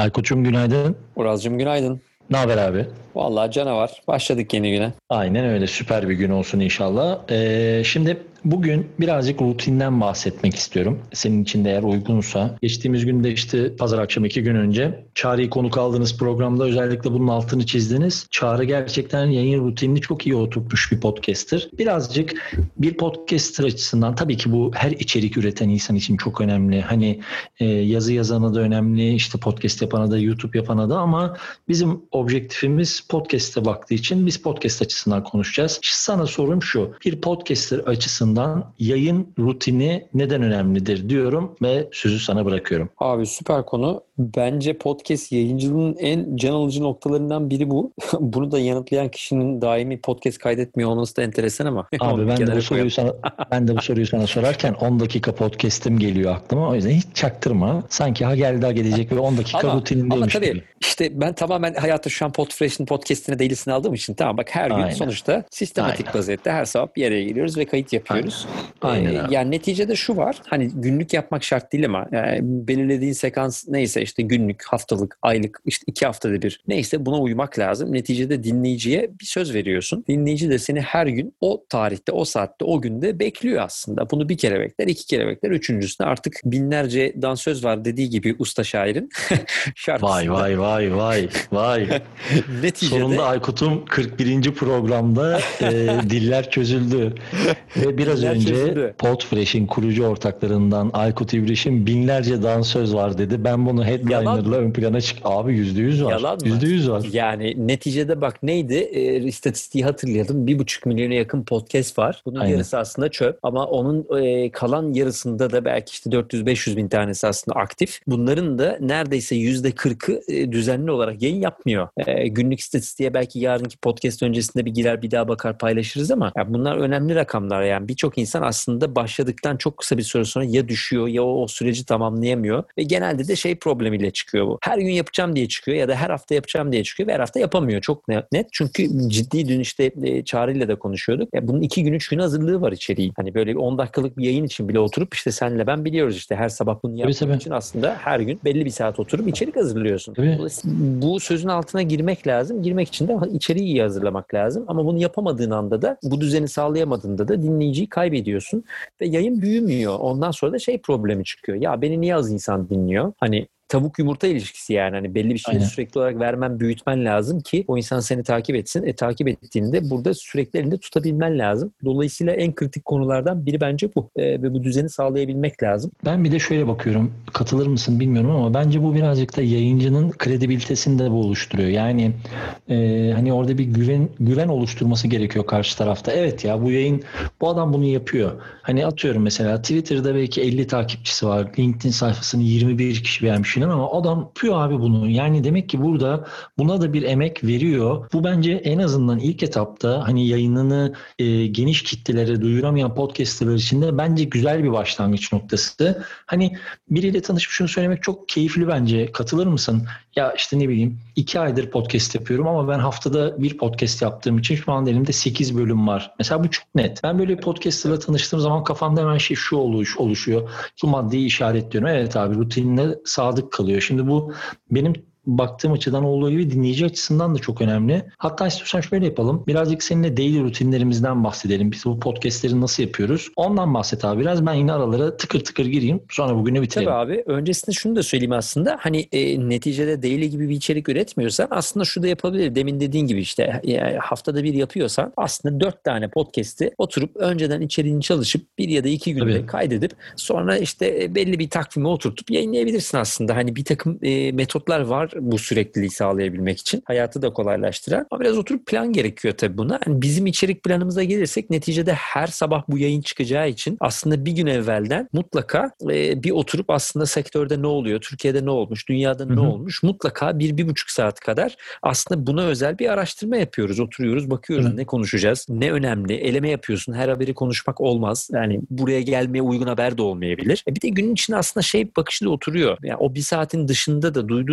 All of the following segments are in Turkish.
Aykut'cum günaydın. Uraz'cığım günaydın. Ne haber abi? Vallahi canavar. Başladık yeni güne. Aynen öyle, süper bir gün olsun inşallah. Şimdi bugün birazcık rutinden bahsetmek istiyorum. Senin için de eğer uygunsa. Geçtiğimiz günde işte pazar akşamı 2 gün önce Çağrı'yı konuk aldığınız programda özellikle bunun altını çizdiniz. Çağrı gerçekten yayın rutinini çok iyi oturtmuş bir podcaster. Birazcık bir podcaster açısından tabii ki bu her içerik üreten insan için çok önemli. Hani yazı yazana da önemli, işte podcast yapana da, YouTube yapana da, ama bizim objektifimiz podcast'e baktığı için biz podcast açısından konuşacağız. Sana sorum şu: bir podcaster açısından yayın rutini neden önemlidir diyorum ve sözü sana bırakıyorum. Abi süper konu. Bence podcast yayıncılığının en can alıcı noktalarından biri bu. Bunu da yanıtlayan kişinin daimi podcast kaydetmiyor olması da enteresan ama. Abi ben de bu soruyu sana sorarken 10 dakika podcast'im geliyor aklıma. O yüzden hiç çaktırma. Sanki ha geldi ha gelecek ve 10 dakika rutinindeymiş tabii, gibi. İşte ben tamamen hayatı şu an Podfresh'in podcast'ine değilsin aldığım için tamam bak her gün Aynen. sonuçta sistematik vaziyette her sabah bir araya geliyoruz ve kayıt yapıyoruz. Aynen abi. Yani neticede şu var, hani günlük yapmak şart değil ama yani belirlediğin sekans neyse, işte günlük, haftalık, aylık, işte 2 haftada bir neyse buna uymak lazım. Neticede dinleyiciye bir söz veriyorsun. Dinleyici de seni her gün o tarihte, o saatte, o günde bekliyor aslında. Bunu bir kere bekler, 2 kere bekler, üçüncüsünde artık binlerce dansöz var dediği gibi usta şairin şarkısında. Vay. Neticede sonunda Aykut'um 41. programda diller çözüldü. Ve biraz Diller önce çözüldü. Podfresh'in kurucu ortaklarından Aykut İbrişim binlerce dansöz var dedi. Ben bunu headliner'la ön plana Abi %100 var. Yalan mı? %100 var. Yani neticede bak neydi? İstatistiği hatırlayalım. 1,5 milyona yakın podcast var. Bunun Aynen. yarısı aslında çöp. Ama onun kalan yarısında da belki işte 400-500 bin tanesi aslında aktif. Bunların da neredeyse %40'ı düzenli olarak yayın yapmıyor. Günlük istatistiğe belki yarınki podcast öncesinde bir girer, bir daha bakar, paylaşırız ama ya bunlar önemli rakamlar. Yani birçok insan aslında başladıktan çok kısa bir süre sonra ya düşüyor ya o süreci tamamlayamıyor ve genelde de problemiyle çıkıyor bu. Her gün yapacağım diye çıkıyor ya da her hafta yapacağım diye çıkıyor ve her hafta yapamıyor. Çok net. Çünkü ciddi, dün işte Çağrı'yla da konuşuyorduk. Bunun 2 gün 3 gün hazırlığı var içeriğin. Hani böyle 10 dakikalık bir yayın için bile oturup işte senle ben biliyoruz işte her sabah bunu yapmak için aslında her gün belli bir saat oturup içerik hazırlıyorsun. Dolayısıyla bu sözün altına girmek lazım. Girmek için de içeriği iyi hazırlamak lazım. Ama bunu yapamadığın anda da, bu düzeni sağlayamadığında da dinleyiciyi kaybediyorsun ve yayın büyümüyor. Ondan sonra da problemi çıkıyor. Ya beni niye az insan dinliyor? Hani tavuk yumurta ilişkisi yani. Hani belli bir şeyi sürekli olarak vermen, büyütmen lazım ki o insan seni takip etsin. Takip ettiğinde burada sürekli elinde tutabilmen lazım. Dolayısıyla en kritik konulardan biri bence bu. Ve bu düzeni sağlayabilmek lazım. Ben bir de şöyle bakıyorum. Katılır mısın bilmiyorum ama bence bu birazcık da yayıncının kredibilitesini de bu oluşturuyor. Yani hani orada bir güven oluşturması gerekiyor karşı tarafta. Evet ya, bu yayın, bu adam bunu yapıyor. Hani atıyorum mesela Twitter'da belki 50 takipçisi var. LinkedIn sayfasını 21 kişi beğenmiş ama adam yapıyor abi bunu. Yani demek ki burada buna da bir emek veriyor. Bu bence en azından ilk etapta hani yayınını geniş kitlelere duyuramayan podcasterlar için de bence güzel bir başlangıç noktası. Hani biriyle tanışıp şunu söylemek çok keyifli bence. Katılır mısın? Ya işte ne bileyim 2 aydır podcast yapıyorum ama ben haftada bir podcast yaptığım için şu an elimde 8 bölüm var. Mesela bu çok net. Ben böyle bir podcasterla tanıştığım zaman kafamda hemen şu oluşuyor. Şu maddeyi işaretliyorum. Evet abi, rutinine sadık kalıyor. Şimdi bu benim baktığım açıdan olduğu gibi dinleyici açısından da çok önemli. Hatta istiyorsan şöyle yapalım. Birazcık seninle daily rutinlerimizden bahsedelim. Biz bu podcastleri nasıl yapıyoruz? Ondan bahset abi biraz. Ben yine aralara tıkır tıkır gireyim. Sonra bugünü bitirelim. Tabii abi. Öncesinde şunu da söyleyeyim aslında. Hani neticede daily gibi bir içerik üretmiyorsan aslında şu da yapabilir. Demin dediğin gibi işte haftada bir yapıyorsan aslında 4 tane podcast'i oturup önceden içeriğini çalışıp 1 ya da 2 günde kaydedip sonra işte belli bir takvime oturtup yayınlayabilirsin aslında. Hani bir takım metotlar var bu sürekliliği sağlayabilmek için. Hayatı da kolaylaştıran. Ama biraz oturup plan gerekiyor tabii buna. Yani bizim içerik planımıza gelirsek neticede her sabah bu yayın çıkacağı için aslında bir gün evvelden mutlaka bir oturup aslında sektörde ne oluyor, Türkiye'de ne olmuş, dünyada ne olmuş, mutlaka 1-1,5 saat kadar aslında buna özel bir araştırma yapıyoruz. Oturuyoruz, bakıyoruz ne konuşacağız, ne önemli. Eleme yapıyorsun. Her haberi konuşmak olmaz. Yani buraya gelmeye uygun haber de olmayabilir. Bir de günün içinde aslında bakışı da oturuyor. Yani o 1 saatin dışında da duyduğun her haber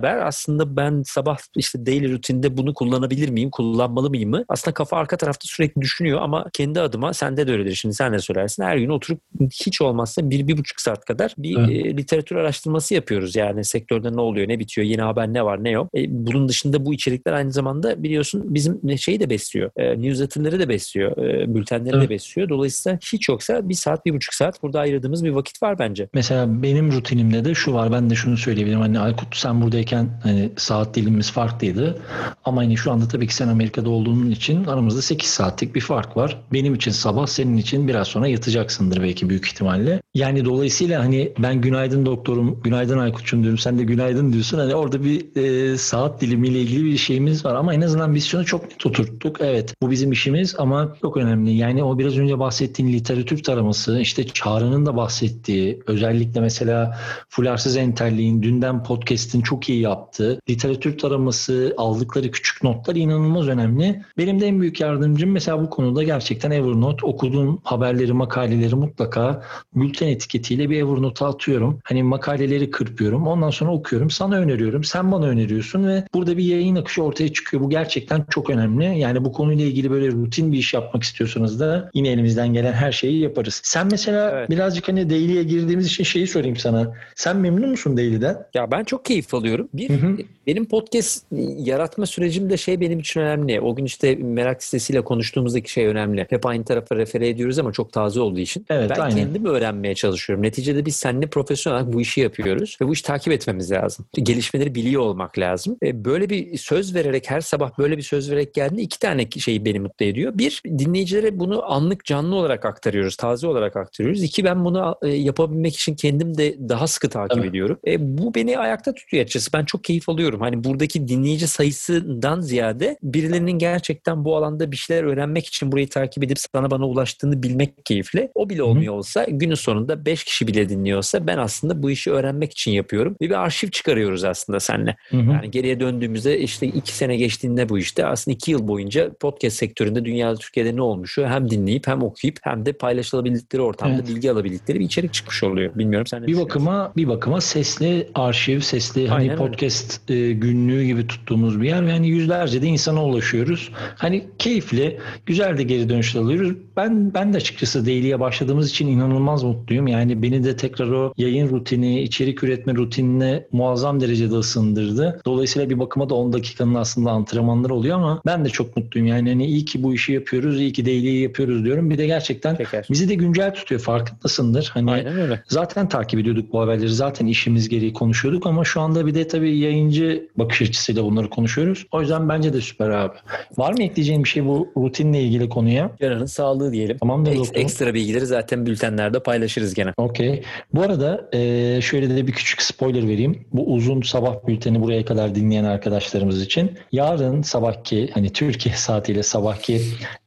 beraber aslında ben sabah işte daily rutinde bunu kullanabilir miyim, kullanmalı mıyım mı? Aslında kafa arka tarafta sürekli düşünüyor ama kendi adıma sende de öyledir. Şimdi sen de söylersin. Her gün oturup hiç olmazsa 1-1,5 saat kadar bir literatür araştırması yapıyoruz. Yani sektörde ne oluyor, ne bitiyor, yeni haber ne var, ne yok. Bunun dışında bu içerikler aynı zamanda biliyorsun bizim şeyi de besliyor. Newsletter'ları da besliyor. Bültenleri de besliyor. Dolayısıyla hiç yoksa 1 saat, 1,5 saat burada ayırdığımız bir vakit var bence. Mesela benim rutinimde de şu var. Ben de şunu söyleyebilirim. Hani Aykut, sen buradayken hani saat dilimimiz farklıydı. Ama hani şu anda tabii ki sen Amerika'da olduğun için aramızda 8 saatlik bir fark var. Benim için sabah, senin için biraz sonra yatacaksındır belki büyük ihtimalle. Yani dolayısıyla hani ben günaydın doktorum, günaydın Aykut'cum diyorum. Sen de günaydın diyorsun. Hani orada bir saat dilimiyle ilgili bir şeyimiz var. Ama en azından misyonu çok net oturttuk. Evet, bu bizim işimiz ama çok önemli. Yani o biraz önce bahsettiğin literatür taraması, işte Çağrı'nın da bahsettiği, özellikle mesela Fularsız Entelli'nin dünden podcast'in çok iyi yaptığı literatür taraması, aldıkları küçük notlar inanılmaz önemli. Benim de en büyük yardımcım mesela bu konuda gerçekten Evernote. Okuduğum haberleri, makaleleri mutlaka bülten etiketiyle bir Evernote'a atıyorum. Hani makaleleri kırpıyorum. Ondan sonra okuyorum. Sana öneriyorum. Sen bana öneriyorsun ve burada bir yayın akışı ortaya çıkıyor. Bu gerçekten çok önemli. Yani bu konuyla ilgili böyle rutin bir iş yapmak istiyorsanız da yine elimizden gelen her şeyi yaparız. Sen mesela birazcık hani Daily'ye girdiğimiz için şeyi sorayım sana. Sen memnun musun Daily'den? Ya ben çok keyif alıyorum. Benim podcast yaratma sürecimde şey benim için önemli. O gün işte merak sitesiyle konuştuğumuzdaki şey önemli. Hep aynı tarafa refere ediyoruz ama çok taze olduğu için. Evet, ben aynen. kendim öğrenmeye çalışıyorum. Neticede biz seninle profesyonel olarak bu işi yapıyoruz ve bu işi takip etmemiz lazım. Gelişmeleri biliyor olmak lazım. Böyle bir söz vererek, her sabah böyle bir söz vererek geldiğinde 2 tane şeyi beni mutlu ediyor. 1, dinleyicilere bunu anlık canlı olarak aktarıyoruz, taze olarak aktarıyoruz. 2, ben bunu yapabilmek için kendim de daha sıkı takip ediyorum. Bu beni ayakta tutuyor açıkçası. Ben çok keyif alıyorum. Hani buradaki dinleyici sayısından ziyade birilerinin gerçekten bu alanda bir şeyler öğrenmek için burayı takip edip sana bana ulaştığını bilmek keyifli. O bile olmuyor olsa günün sonunda 5 kişi bile dinliyorsa ben aslında bu işi öğrenmek için yapıyorum. Ve bir arşiv çıkarıyoruz aslında seninle. Yani geriye döndüğümüzde işte 2 sene geçtiğinde bu işte aslında 2 yıl boyunca podcast sektöründe dünyada, Türkiye'de ne olmuşu hem dinleyip hem okuyup hem de paylaşılabildikleri ortamda bilgi alabildikleri bir içerik çıkmış oluyor. Bilmiyorum sen ne düşünüyorsun? Bir bakıma sesli arşiv, sesli hani Aynen podcast günlüğü gibi tuttuğumuz bir yer ve hani yüzlerce de insana ulaşıyoruz. Hani keyifli, güzel de geri dönüşler alıyoruz. Ben de açıkçası Daily'ye başladığımız için inanılmaz mutluyum. Yani beni de tekrar o yayın rutini, içerik üretme rutinine muazzam derecede ısındırdı. Dolayısıyla bir bakıma da 10 dakikanın aslında antrenmanları oluyor ama ben de çok mutluyum. Yani hani iyi ki bu işi yapıyoruz, iyi ki Daily'yi yapıyoruz diyorum. Bir de gerçekten bizi de güncel tutuyor. Farkındasındır. Hani aynen öyle. zaten takip ediyorduk bu haberleri. Zaten işimiz gereği konuşuyorduk ama şu anda bir de tabii yayıncı bakış açısıyla bunları konuşuyoruz. O yüzden bence de süper abi. Var mı ekleyeceğin bir şey bu rutinle ilgili konuya? Canının sağlığı diyelim. Tamamdır doktorum. Ekstra bilgileri zaten bültenlerde paylaşırız gene. Okey. Bu arada şöyle de bir küçük spoiler vereyim. Bu uzun sabah bülteni buraya kadar dinleyen arkadaşlarımız için yarın sabahki hani Türkiye saatiyle sabahki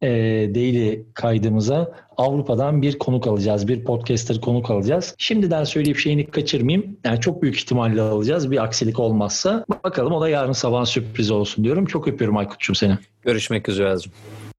daily kaydımıza Avrupa'dan bir konuk alacağız. Bir podcaster konuk alacağız. Şimdiden söyleyip şeyini kaçırmayayım. Yani çok büyük ihtimalle alacağız. Bir aksilik olmazsa. Bakalım, o da yarın sabah sürpriz olsun diyorum. Çok öpüyorum Aykut'cum seni. Görüşmek üzere.